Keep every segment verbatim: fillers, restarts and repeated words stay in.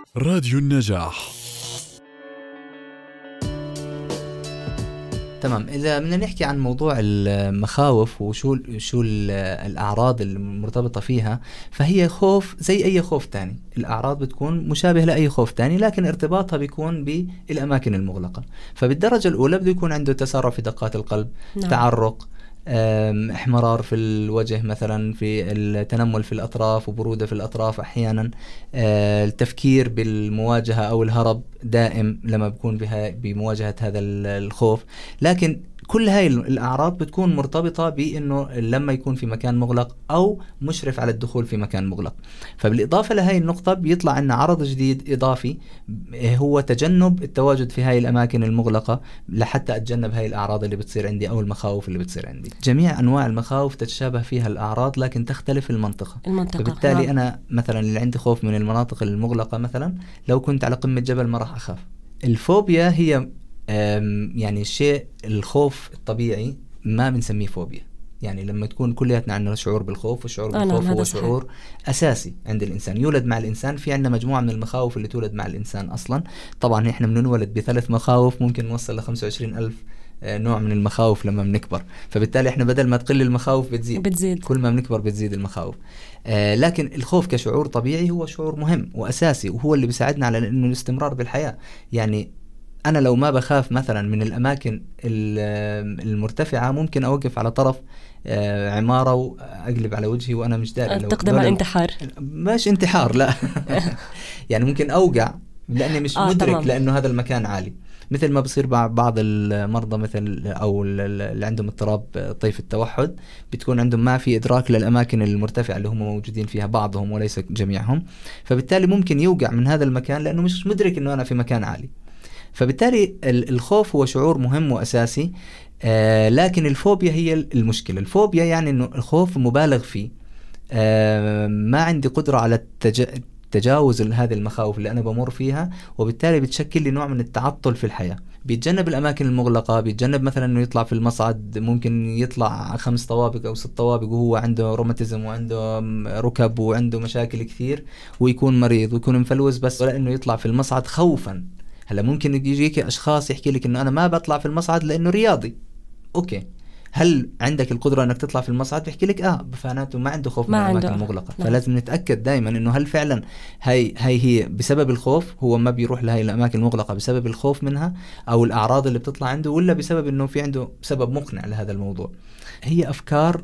راديو النجاح. تمام. إذا بدنا نحكي عن موضوع المخاوف وشو شو الأعراض المرتبطة فيها، فهي خوف زي أي خوف تاني. الأعراض بتكون مشابهة لأي خوف تاني، لكن ارتباطها بيكون بالأماكن المغلقة. فبالدرجة الأولى بده يكون عنده تسارع في دقات القلب، نعم. تعرق، احمرار في الوجه مثلا، في التنمل في الأطراف وبرودة في الأطراف أحيانا، التفكير بالمواجهة أو الهرب دائم لما بكون بها بمواجهة هذا الخوف. لكن كل هاي الأعراض بتكون مرتبطة بأنه لما يكون في مكان مغلق أو مشرف على الدخول في مكان مغلق. فبالإضافة لهاي النقطة بيطلع عنا عرض جديد إضافي، هو تجنب التواجد في هاي الأماكن المغلقة لحتى أتجنب هاي الأعراض اللي بتصير عندي أو المخاوف اللي بتصير عندي. جميع أنواع المخاوف تتشابه فيها الأعراض، لكن تختلف المنطقة. المنطقة. فبالتالي نعم. أنا مثلا اللي عندي خوف من المناطق المغلقة مثلا، لو كنت على قمة جبل ما راح أخاف. الفوبيا هي يعني الشيء الخوف الطبيعي ما بنسميه فوبيا. يعني لما تكون كلياتنا عندنا شعور بالخوف، والشعور بالخوف هو شعور أساسي عند الإنسان، يولد مع الإنسان. في عندنا مجموعة من المخاوف اللي تولد مع الإنسان أصلا. طبعا إحنا بنولد بثلاث مخاوف، ممكن نوصل لخمسة وعشرين ألف نوع من المخاوف لما بنكبر. فبالتالي إحنا بدل ما تقل المخاوف بتزيد, بتزيد. كل ما بنكبر بتزيد المخاوف. آه لكن الخوف كشعور طبيعي هو شعور مهم وأساسي، وهو اللي بيساعدنا على إنه الاستمرار بالحياة. يعني أنا لو ما بخاف مثلا من الأماكن المرتفعة، ممكن أوقف على طرف عمارة وأقلب على وجهي وأنا مش داري. تقدم على الانتحار. مش انتحار، لا. يعني ممكن أوقع لأني مش آه مدرك طبعا. لأنه هذا المكان عالي، مثل ما بصير بعض المرضى مثل أو اللي عندهم اضطراب طيف التوحد، بتكون عندهم ما في إدراك للأماكن المرتفعة اللي هم موجودين فيها، بعضهم وليس جميعهم. فبالتالي ممكن يوقع من هذا المكان لأنه مش مدرك أنه أنا في مكان عالي. فبالتالي الخوف هو شعور مهم وأساسي. آه لكن الفوبيا هي المشكلة. الفوبيا يعني أنه الخوف مبالغ فيه، آه ما عندي قدرة على التج... تجاوز هذه المخاوف اللي أنا بمر فيها، وبالتالي بتشكل لي نوع من التعطل في الحياة. بيتجنب الأماكن المغلقة، بيتجنب مثلا أنه يطلع في المصعد، ممكن يطلع خمس طوابق أو ست طوابق وهو عنده روماتيزم وعنده ركب وعنده مشاكل كثير، ويكون مريض ويكون مفلوس، بس ولا أنه يطلع في المصعد خوفا. هلا ممكن يجيك أشخاص يحكي لك إنه أنا ما بطلع في المصعد لأنه رياضي. أوكي، هل عندك القدرة إنك تطلع في المصعد؟ بيحكي لك آه فاناته ما عنده خوف من الأماكن المغلقة. لا. فلازم نتأكد دائما إنه هل فعلا هاي هاي هي بسبب الخوف، هو ما بيروح لهاي الأماكن المغلقة بسبب الخوف منها أو الأعراض اللي بتطلع عنده، ولا بسبب إنه في عنده سبب مقنع لهذا الموضوع. هي أفكار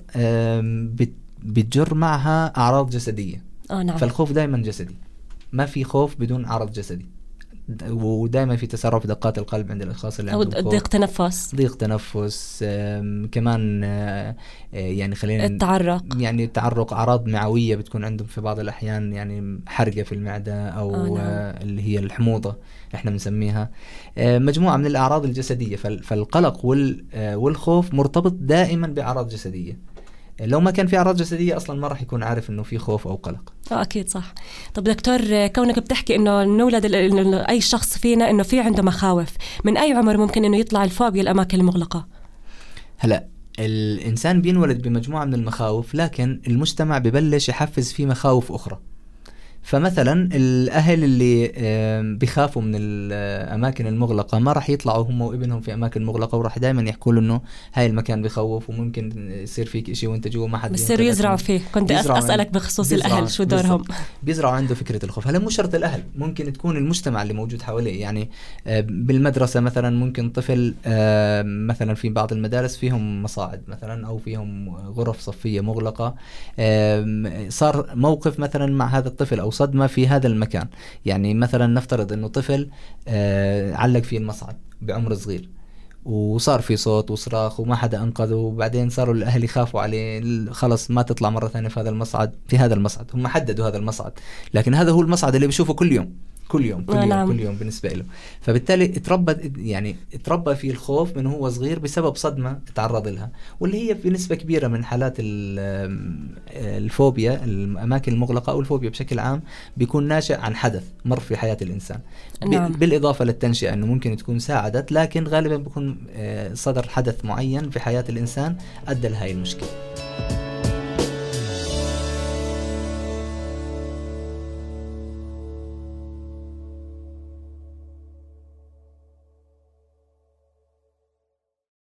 بتجر معها أعراض جسدية. آه نعم. فالخوف دائما جسدي، ما في خوف بدون عرض جسدي، ودائما في تسارع في دقات القلب عند الأشخاص اللي عندهم خوف، ضيق تنفس ضيق تنفس كمان، يعني خلينا التعرق، يعني التعرق، أعراض معوية بتكون عندهم في بعض الأحيان، يعني حرقة في المعدة أو آه نعم. اللي هي الحموضة احنا بنسميها، مجموعة من الأعراض الجسدية. فالقلق والخوف مرتبط دائما بأعراض جسدية. لو ما كان في أعراض جسدية أصلا ما راح يكون عارف إنه في خوف أو قلق. آه أكيد صح. طب دكتور، كونك بتحكي إنه نولد أي شخص فينا إنه في عنده مخاوف، من أي عمر ممكن إنه يطلع الفوبيا الأماكن المغلقة؟ هلا الإنسان بينولد بمجموعة من المخاوف، لكن المجتمع ببلش يحفز فيه مخاوف أخرى. فمثلا الأهل اللي بيخافوا من الأماكن المغلقة ما راح يطلعوا هم وابنهم في أماكن مغلقة، وراح دائما يحكوا له إنه هاي المكان بيخوف وممكن يصير فيك إشي وأنت جوا ما حد بيصيروا يزرعوا فيه. كنت أسألك بخصوص الأهل شو دورهم؟ بيزرعوا عنده فكرة الخوف. هلا مو شرط الأهل، ممكن تكون المجتمع اللي موجود حواليه. يعني بالمدرسة مثلا ممكن طفل مثلا في بعض المدارس فيهم مصاعد مثلا أو فيهم غرف صفية مغلقة، صار موقف مثلا مع هذا الطفل أو صدمة في هذا المكان. يعني مثلا نفترض انه طفل آه علق في المصعد بعمر صغير، وصار في صوت وصراخ وما حدا انقذه، وبعدين صاروا الاهل يخافوا عليه، خلص ما تطلع مرة ثانية في هذا المصعد. في هذا المصعد هم حددوا هذا المصعد، لكن هذا هو المصعد اللي بيشوفه كل يوم كل يوم كل يوم, نعم. كل يوم بالنسبة له. فبالتالي اتربى يعني اتربى فيه الخوف من هو صغير بسبب صدمة تعرض لها، واللي هي في نسبة كبيرة من حالات الفوبيا الأماكن المغلقة أو الفوبيا بشكل عام بيكون ناشئ عن حدث مر في حياة الإنسان. نعم. بالإضافة للتنشئة أنه ممكن تكون ساعدت، لكن غالبا بيكون صدر حدث معين في حياة الإنسان أدى لهاي المشكلة.